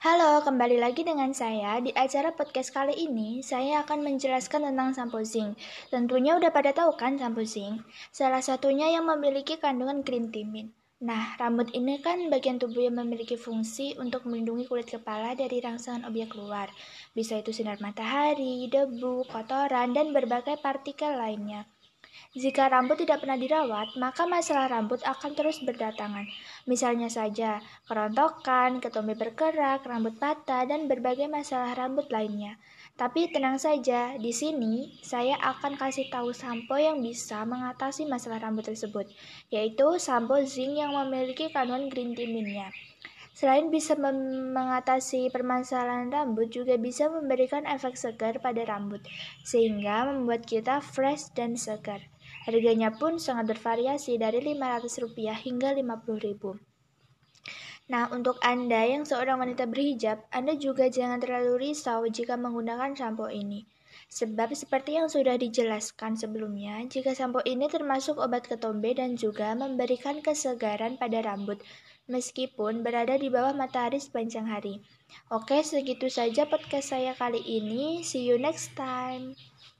Halo, kembali lagi dengan saya. Di acara podcast kali ini, saya akan menjelaskan tentang sampo zinc. Tentunya udah pada tahu kan sampo zinc? Salah satunya yang memiliki kandungan green timin. Nah, rambut ini kan bagian tubuh yang memiliki fungsi untuk melindungi kulit kepala dari rangsangan objek luar. Bisa itu sinar matahari, debu, kotoran, dan berbagai partikel lainnya. Jika rambut tidak pernah dirawat, maka masalah rambut akan terus berdatangan. Misalnya saja, kerontokan, ketombe bergerak, rambut patah, dan berbagai masalah rambut lainnya. Tapi tenang saja, di sini saya akan kasih tahu sampo yang bisa mengatasi masalah rambut tersebut, yaitu sampo zinc yang memiliki kandungan green tea-nya. Selain bisa mengatasi permasalahan rambut, juga bisa memberikan efek segar pada rambut, sehingga membuat kita fresh dan segar. Harganya pun sangat bervariasi dari Rp500 hingga Rp50.000. Nah, untuk Anda yang seorang wanita berhijab, Anda juga jangan terlalu risau jika menggunakan sampo ini. Sebab seperti yang sudah dijelaskan sebelumnya, jika sampo ini termasuk obat ketombe dan juga memberikan kesegaran pada rambut, meskipun berada di bawah matahari sepanjang hari. Oke, segitu saja podcast saya kali ini. See you next time.